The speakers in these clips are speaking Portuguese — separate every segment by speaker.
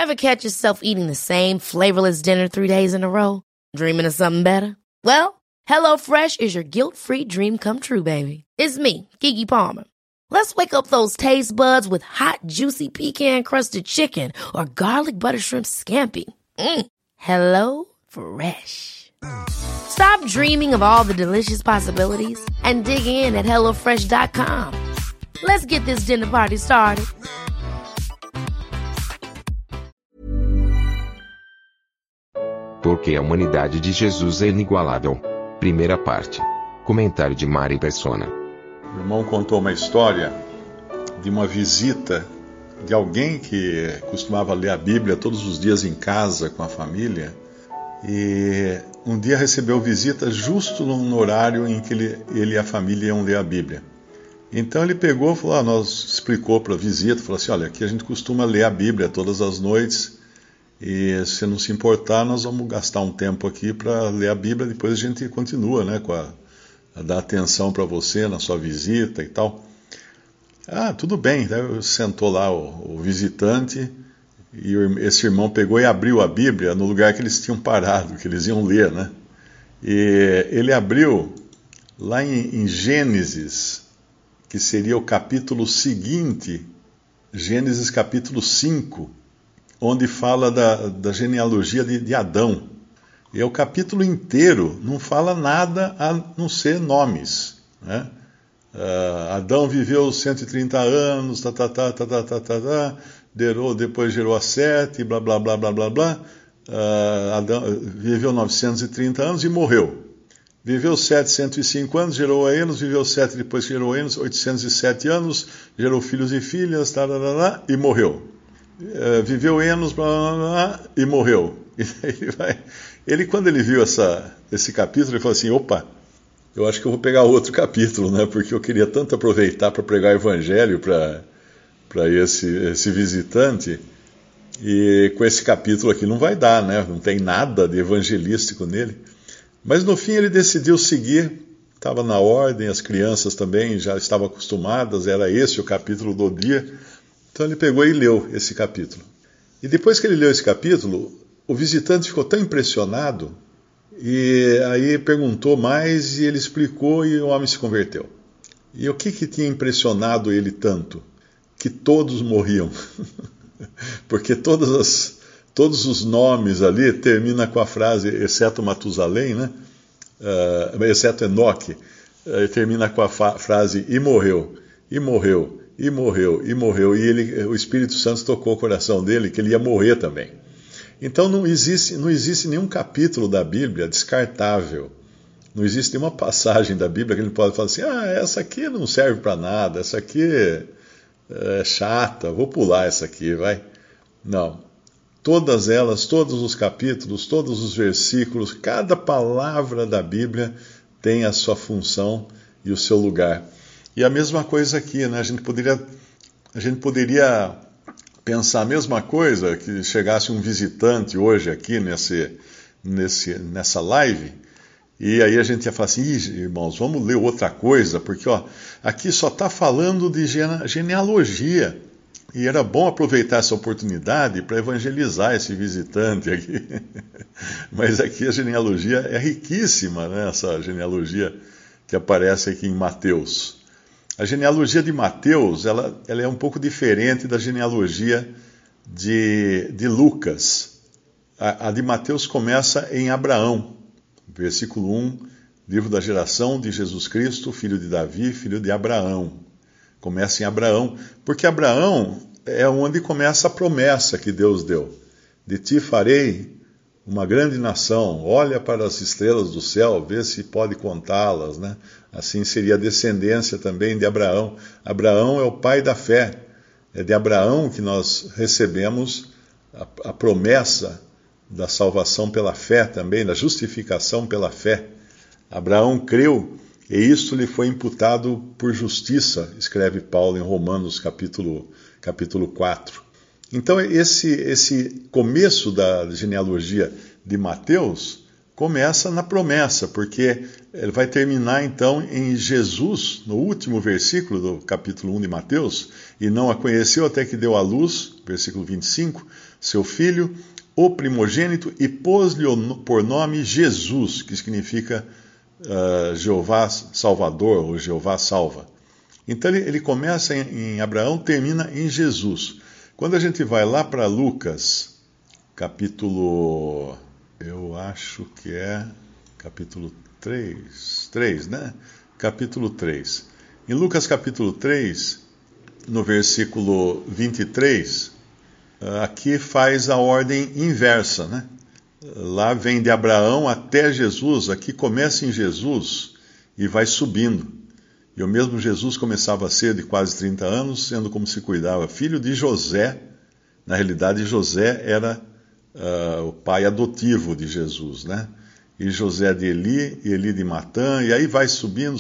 Speaker 1: Ever catch yourself eating the same flavorless dinner 3 days in a row? Dreaming of something better? Well, HelloFresh is your guilt-free dream come true, baby. It's me, Keke Palmer. Let's wake up those taste buds with hot, juicy pecan-crusted chicken or garlic butter shrimp scampi. Hello Fresh. Stop dreaming of all the delicious possibilities and dig in at HelloFresh.com. Let's get this dinner party started.
Speaker 2: Porque a humanidade de Jesus é inigualável. Primeira parte. Comentário de Mari Persona.
Speaker 3: O irmão contou uma história de uma visita de alguém que costumava ler a Bíblia todos os dias em casa com a família, e um dia recebeu visita justo no horário em que ele e a família iam ler a Bíblia. Então ele pegou, falou, explicou para a visita, falou assim, olha, aqui a gente costuma ler a Bíblia todas as noites, e se você não se importar, nós vamos gastar um tempo aqui para ler a Bíblia, depois a gente continua, né, a dar atenção para você na sua visita e tal. Tudo bem. Daí sentou lá o visitante, e esse irmão pegou e abriu a Bíblia no lugar que eles tinham parado, que eles iam ler, né? E ele abriu lá em Gênesis, que seria o capítulo seguinte, Gênesis capítulo 5, onde fala da genealogia de Adão. E o capítulo inteiro não fala nada a não ser nomes, né? Adão viveu 130 anos, depois gerou a Sete, blá, blá, blá, blá, blá, blá. Adão viveu 930 anos e morreu. Viveu 105 anos, gerou a Enos, viveu 7, depois gerou a Enos, 807 anos, gerou filhos e filhas, e morreu. Viveu Enos, blá, blá, blá, e morreu. Ele, quando ele viu esse capítulo, ele falou assim, opa, eu acho que eu vou pegar outro capítulo, né? Porque eu queria tanto aproveitar para pregar o evangelho para esse visitante, e com esse capítulo aqui não vai dar, né? Não tem nada de evangelístico nele. Mas no fim ele decidiu seguir, estava na ordem, as crianças também já estavam acostumadas, era esse o capítulo do dia. Então ele pegou e leu esse capítulo. E depois que ele leu esse capítulo, o visitante ficou tão impressionado, e aí perguntou mais, e ele explicou, e o homem se converteu. E o que tinha impressionado ele tanto? Que todos morriam. Porque todos os nomes ali terminam com a frase, exceto Matusalém, né? Exceto Enoque, termina com a frase, e morreu, e morreu, e morreu, e morreu. E o Espírito Santo tocou o coração dele, que ele ia morrer também. Então não existe nenhum capítulo da Bíblia descartável. Não existe nenhuma passagem da Bíblia que ele pode falar assim, essa aqui não serve para nada, essa aqui é chata, vou pular essa aqui, vai. Não. Todas elas, todos os capítulos, todos os versículos, cada palavra da Bíblia tem a sua função e o seu lugar. E a mesma coisa aqui, né? A gente poderia pensar a mesma coisa, que chegasse um visitante hoje aqui nessa live, e aí a gente ia falar assim, irmãos, vamos ler outra coisa, porque aqui só está falando de genealogia, e era bom aproveitar essa oportunidade para evangelizar esse visitante aqui. Mas aqui a genealogia é riquíssima, né? Essa genealogia que aparece aqui em Mateus. A genealogia de Mateus, ela é um pouco diferente da genealogia de Lucas. A de Mateus começa em Abraão, versículo 1, livro da geração de Jesus Cristo, filho de Davi, filho de Abraão. Começa em Abraão, porque Abraão é onde começa a promessa que Deus deu. De ti farei uma grande nação, olha para as estrelas do céu, vê se pode contá-las, né? Assim seria a descendência também de Abraão. Abraão é o pai da fé. É de Abraão que nós recebemos a promessa da salvação pela fé também, da justificação pela fé. Abraão creu, e isto lhe foi imputado por justiça, escreve Paulo em Romanos capítulo 4. Então esse começo da genealogia de Mateus começa na promessa, porque ele vai terminar então em Jesus, no último versículo do capítulo 1 de Mateus, e não a conheceu até que deu à luz, versículo 25, seu filho, o primogênito, e pôs-lhe por nome Jesus, que significa Jeová Salvador, ou Jeová salva. Então ele começa em Abraão, termina em Jesus. Quando a gente vai lá para Lucas, capítulo, eu acho que é capítulo 3, né? Capítulo 3. Em Lucas capítulo 3, no versículo 23, aqui faz a ordem inversa, né? Lá vem de Abraão até Jesus, aqui começa em Jesus e vai subindo. E o mesmo Jesus começava a ser de quase 30 anos, sendo como se cuidava, filho de José. Na realidade, José era o pai adotivo de Jesus, né? E José de Eli, e Eli de Matã, e aí vai subindo,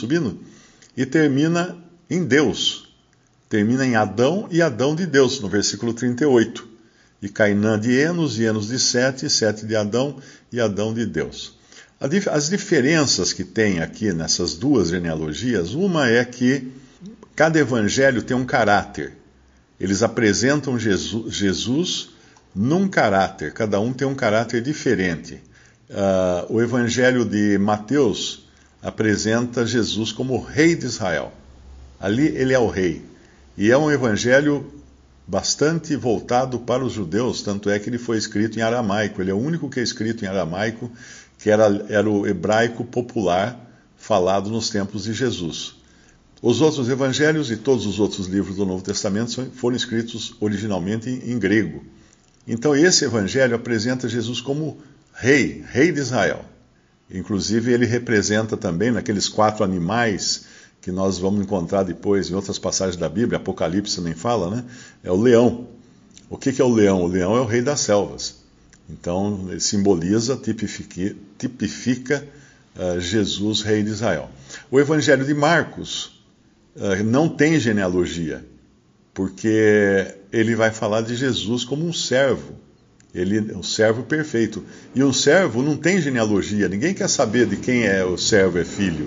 Speaker 3: e termina em Deus. Termina em Adão e Adão de Deus, no versículo 38. E Cainã de Enos, e Enos de Sete, Sete de Adão, e Adão de Deus. As diferenças que tem aqui nessas duas genealogias, uma é que cada evangelho tem um caráter. Eles apresentam Jesus num caráter, cada um tem um caráter diferente. O evangelho de Mateus apresenta Jesus como rei de Israel. Ali ele é o rei. E é um evangelho bastante voltado para os judeus, tanto é que ele foi escrito em aramaico. Ele é o único que é escrito em aramaico, que era o hebraico popular falado nos tempos de Jesus. Os outros evangelhos e todos os outros livros do Novo Testamento foram escritos originalmente em grego. Então esse evangelho apresenta Jesus como rei de Israel. Inclusive ele representa também naqueles 4 animais que nós vamos encontrar depois em outras passagens da Bíblia, Apocalipse nem fala, né? É o leão. O que é o leão? O leão é o rei das selvas. Então, ele simboliza, tipifica Jesus, rei de Israel. O Evangelho de Marcos não tem genealogia, porque ele vai falar de Jesus como um servo. Ele é um servo perfeito. E um servo não tem genealogia. Ninguém quer saber de quem é o servo, é filho.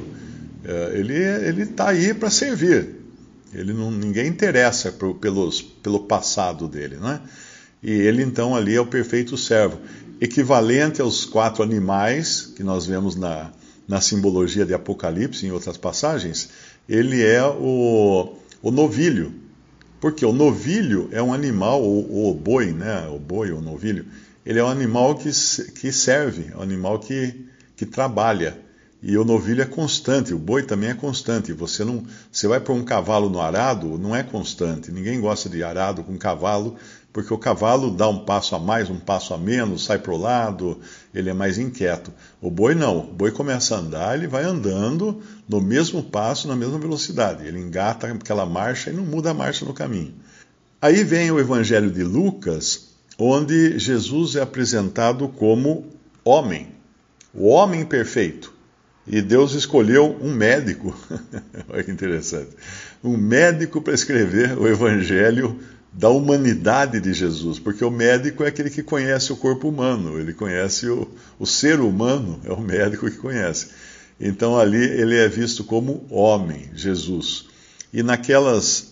Speaker 3: Ele está aí para servir. Ninguém interessa pelo passado dele, não é? E ele, então, ali é o perfeito servo. Equivalente aos 4 animais que nós vemos na simbologia de Apocalipse, em outras passagens, ele é o novilho. Porque o novilho é um animal, ou o boi, né? O boi, o novilho, ele é um animal que serve, é um animal que trabalha. E o novilho é constante, o boi também é constante. Você vai pôr um cavalo no arado, não é constante. Ninguém gosta de arado com cavalo, porque o cavalo dá um passo a mais, um passo a menos, sai para o lado, ele é mais inquieto. O boi não, o boi começa a andar, ele vai andando no mesmo passo, na mesma velocidade. Ele engata aquela marcha e não muda a marcha no caminho. Aí vem o Evangelho de Lucas, onde Jesus é apresentado como homem, o homem perfeito. E Deus escolheu um médico, olha que interessante, um médico para escrever o Evangelho da humanidade de Jesus, porque o médico é aquele que conhece o corpo humano, ele conhece o ser humano, é o médico que conhece. Então ali ele é visto como homem, Jesus. E naquelas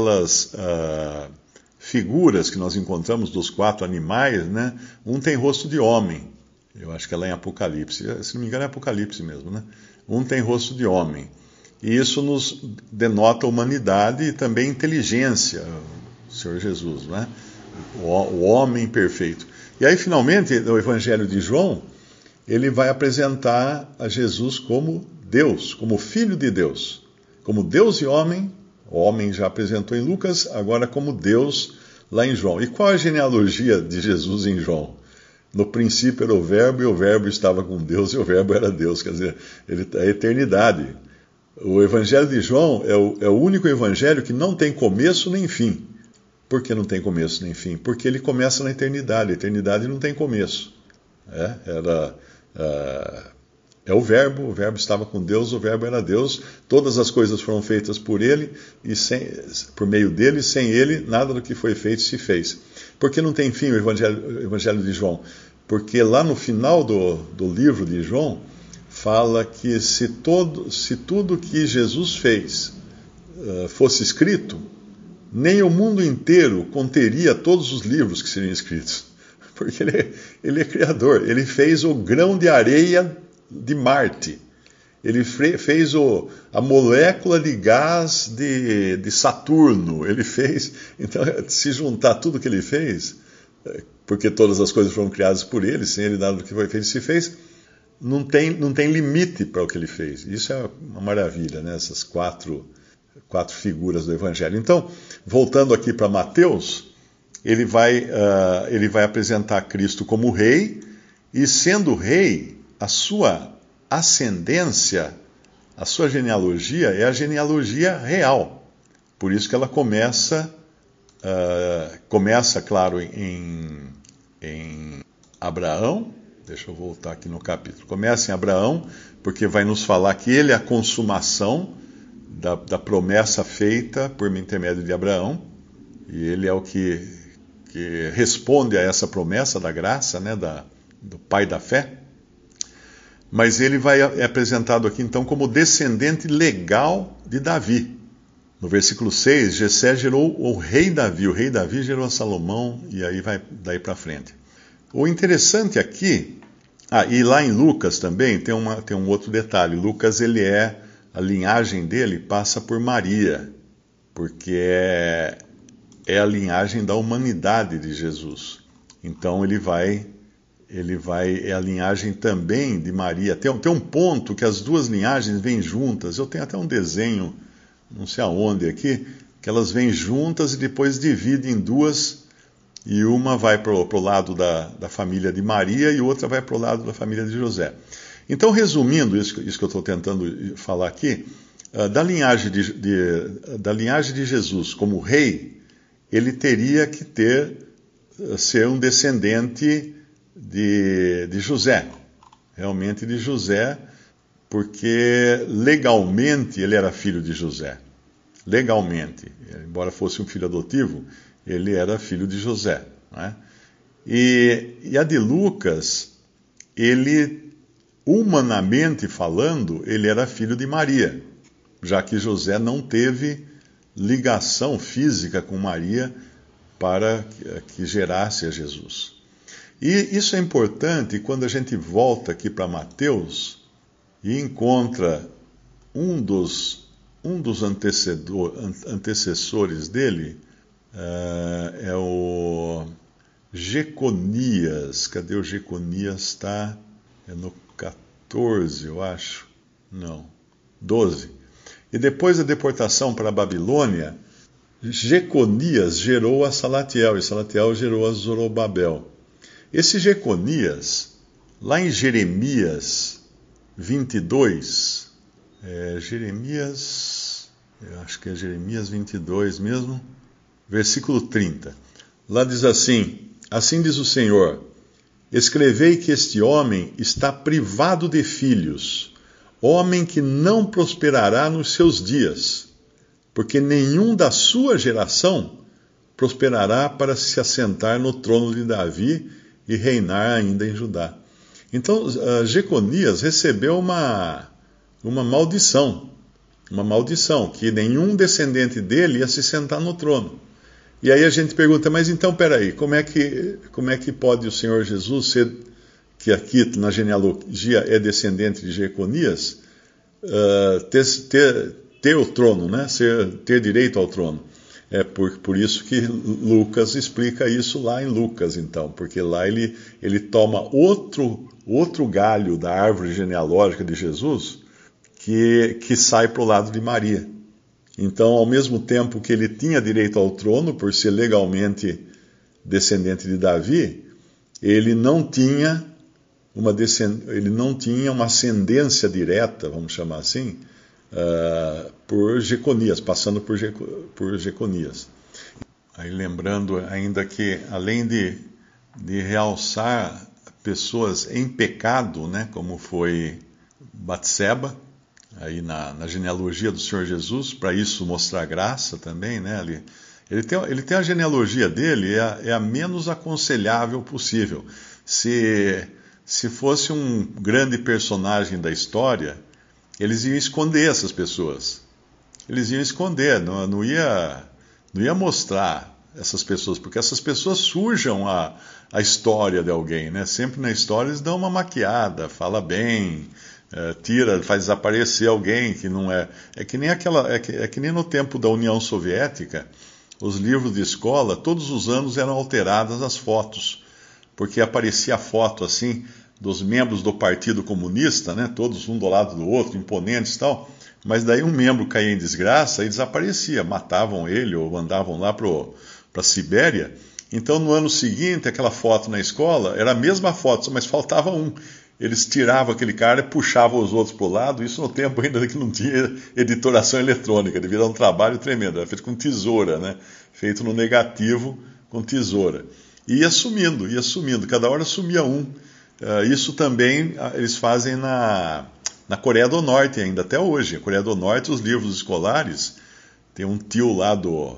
Speaker 3: figuras que nós encontramos dos 4 animais, né, um tem rosto de homem. Eu acho que é lá em Apocalipse. Se não me engano é Apocalipse mesmo, né? Um tem rosto de homem. E isso nos denota humanidade e também inteligência, o Senhor Jesus, né? O homem perfeito. E aí, finalmente, o Evangelho de João, ele vai apresentar a Jesus como Deus, como Filho de Deus. Como Deus e homem, o homem já apresentou em Lucas, agora como Deus lá em João. E qual a genealogia de Jesus em João? No princípio era o Verbo, e o Verbo estava com Deus, e o Verbo era Deus. Quer dizer, ele é a eternidade. O Evangelho de João é o único evangelho que não tem começo nem fim. Por que não tem começo nem fim? Porque ele começa na eternidade. A eternidade não tem começo. É o Verbo estava com Deus, o Verbo era Deus. Todas as coisas foram feitas por ele, e por meio dele, sem ele, nada do que foi feito se fez. Por que não tem fim o Evangelho de João? Porque lá no final do livro de João, fala que se tudo que Jesus fez fosse escrito, nem o mundo inteiro conteria todos os livros que seriam escritos. Porque ele é criador. Ele fez o grão de areia de Marte. Ele fez a molécula de gás de Saturno. Ele fez. Então, se juntar tudo que ele fez, porque todas as coisas foram criadas por ele, sem ele nada do que foi feito se fez, não tem limite para o que ele fez. Isso é uma maravilha, né? Essas quatro figuras do Evangelho. Então, voltando aqui para Mateus, ele vai apresentar Cristo como rei, e sendo rei, a sua ascendência, a sua genealogia é a genealogia real. Por isso que ela começa, claro, em Abraão. Deixa eu voltar aqui no capítulo. Começa em Abraão, porque vai nos falar que ele é a consumação da promessa feita por intermédio de Abraão, e ele é o que responde a essa promessa da graça, né, do pai da fé. Mas ele é apresentado aqui então como descendente legal de Davi. No versículo 6, Jessé gerou o rei Davi, o rei Davi gerou a Salomão, e aí vai daí para frente. O interessante aqui, e lá em Lucas também tem um outro detalhe. Lucas, a linhagem dele passa por Maria, porque é a linhagem da humanidade de Jesus. Então é a linhagem também de Maria. Tem um ponto que as duas linhagens vêm juntas. Eu tenho até um desenho, não sei aonde aqui, que elas vêm juntas e depois dividem em duas, e uma vai para o lado da família de Maria e outra vai para o lado da família de José. Então, resumindo isso que eu estou tentando falar aqui, da linhagem de Jesus como rei, ele teria que ser um descendente de José, realmente de José, porque legalmente ele era filho de José. Legalmente, embora fosse um filho adotivo, ele era filho de José, né? E a de Lucas, humanamente falando, ele era filho de Maria, já que José não teve ligação física com Maria para que gerasse a Jesus. E isso é importante quando a gente volta aqui para Mateus e encontra um dos antecessores dele, é o Jeconias. Cadê o Jeconias? Está no 14, eu acho. Não, 12. E depois da deportação para a Babilônia, Jeconias gerou a Salatiel, e Salatiel gerou a Zorobabel. Esse Jeconias, lá em Jeremias 22, eu acho que é Jeremias 22 mesmo, versículo 30. Lá diz assim: assim diz o Senhor, escrevei que este homem está privado de filhos, homem que não prosperará nos seus dias, porque nenhum da sua geração prosperará para se assentar no trono de Davi e reinar ainda em Judá. Então, Jeconias recebeu uma maldição, que nenhum descendente dele ia se sentar no trono. E aí a gente pergunta, mas então, peraí, como é que pode o Senhor Jesus ser, que aqui na genealogia é descendente de Jeconias, ter o trono, né? Ter direito ao trono? É por isso que Lucas explica isso lá em Lucas, então, porque lá ele toma outro galho da árvore genealógica de Jesus que sai para o lado de Maria. Então, ao mesmo tempo que ele tinha direito ao trono, por ser legalmente descendente de Davi, ele não tinha uma ascendência direta, vamos chamar assim, por Jeconias, passando por Jeconias. Aí lembrando ainda que, além de realçar pessoas em pecado, né, como foi Batseba, aí na genealogia do Senhor Jesus, para isso mostrar graça também, né? Ele tem a genealogia dele, é a menos aconselhável possível. Se fosse um grande personagem da história, eles iam esconder essas pessoas. Eles iam esconder, não ia Não ia mostrar essas pessoas, porque essas pessoas sujam a história de alguém, né? Sempre na história eles dão uma maquiada, fala bem, tira, faz desaparecer alguém que não é. É que nem é que nem no tempo da União Soviética, os livros de escola, todos os anos eram alteradas as fotos, porque aparecia a foto assim dos membros do Partido Comunista, né? Todos um do lado do outro, imponentes e tal. Mas daí um membro caía em desgraça e desaparecia, matavam ele ou mandavam lá para a Sibéria. Então no ano seguinte, aquela foto na escola era a mesma foto, mas faltava um. Eles tiravam aquele cara e puxavam os outros para o lado, isso no tempo ainda que não tinha editoração eletrônica, devia dar um trabalho tremendo, era feito com tesoura, né? Feito no negativo com tesoura. E ia sumindo, cada hora sumia um. Isso também eles fazem na Coreia do Norte ainda, até hoje. A Coreia do Norte, os livros escolares, tem um tio lá do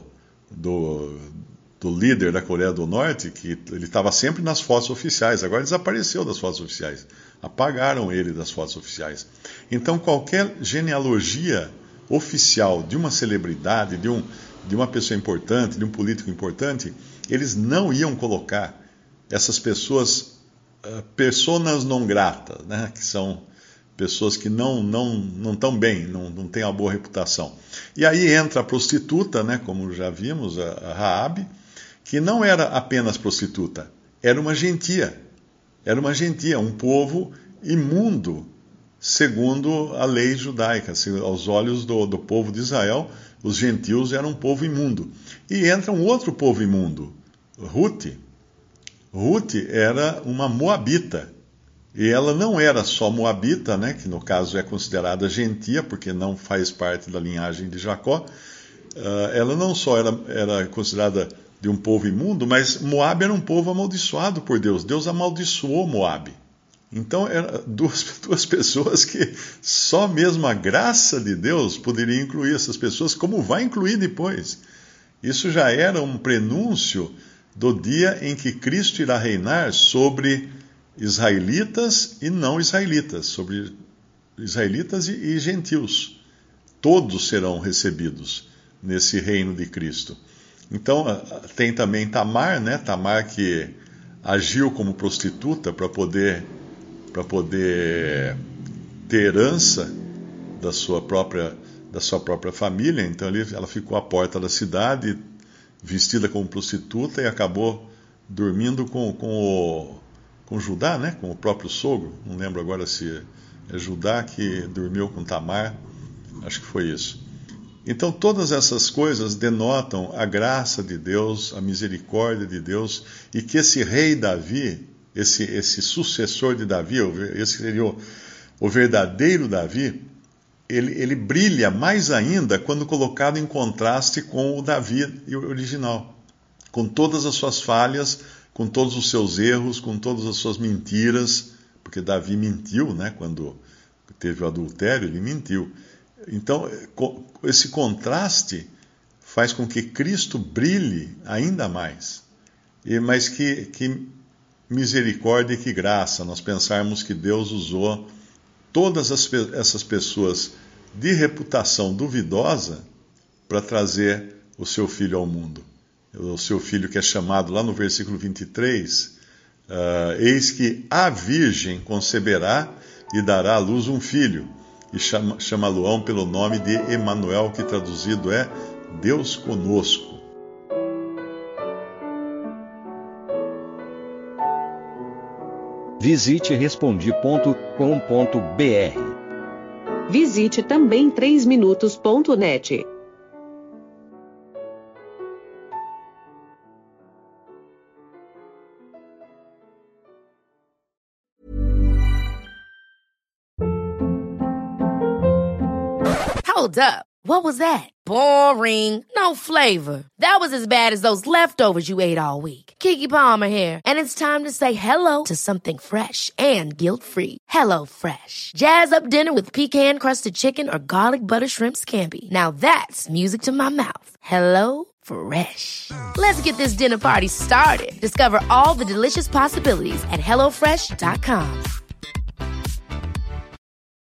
Speaker 3: líder da Coreia do Norte, que ele estava sempre nas fotos oficiais, agora desapareceu das fotos oficiais. Apagaram ele das fotos oficiais. Então, qualquer genealogia oficial de uma celebridade, de uma pessoa importante, de um político importante, eles não iam colocar essas pessoas, personas non grata, né, que são pessoas que não estão bem, não têm uma boa reputação. E aí entra a prostituta, né, como já vimos, a Raabe, que não era apenas prostituta, era uma gentia. Era uma gentia, um povo imundo, segundo a lei judaica. Aos olhos do povo de Israel, os gentios eram um povo imundo. E entra um outro povo imundo, Ruth. Ruth era uma moabita. E ela não era só moabita, né, que no caso é considerada gentia, porque não faz parte da linhagem de Jacó. Ela não só era considerada de um povo imundo, mas Moabe era um povo amaldiçoado por Deus. Deus amaldiçoou Moabe. Então, eram duas pessoas que só mesmo a graça de Deus poderia incluir essas pessoas, como vai incluir depois. Isso já era um prenúncio do dia em que Cristo irá reinar sobre israelitas e não israelitas, sobre israelitas e gentios. Todos serão recebidos nesse reino de Cristo. Então, tem também Tamar, né? Tamar que agiu como prostituta para poder ter herança da sua própria família. Então, ela ficou à porta da cidade, vestida como prostituta, e acabou dormindo com Judá, né? Com o próprio sogro. Não lembro agora se é Judá que dormiu com Tamar. Acho que foi isso. Então, todas essas coisas denotam a graça de Deus, a misericórdia de Deus, e que esse rei Davi, esse sucessor de Davi, esse seria o verdadeiro Davi, ele brilha mais ainda quando colocado em contraste com o Davi original, com todas as suas falhas, com todos os seus erros, com todas as suas mentiras, porque Davi mentiu, né? Quando teve o adultério, ele mentiu. Então, esse contraste faz com que Cristo brilhe ainda mais. Mas que misericórdia e que graça nós pensarmos que Deus usou todas essas pessoas de reputação duvidosa para trazer o seu filho ao mundo. O seu filho que é chamado lá no versículo 23, eis que a virgem conceberá e dará à luz um filho, e chamá-lo-ão pelo nome de Emanuel, que traduzido é Deus conosco.
Speaker 4: Visite Respondi.com.br.
Speaker 5: Visite também 3minutos.net.
Speaker 1: Hold up. What was that? Boring. No flavor. That was as bad as those leftovers you ate all week. Keke Palmer here, and it's time to say hello to something fresh and guilt-free. Hello Fresh. Jazz up dinner with pecan-crusted chicken or garlic butter shrimp scampi. Now that's music to my mouth. Hello Fresh. Let's get this dinner party started. Discover all the delicious possibilities at HelloFresh.com.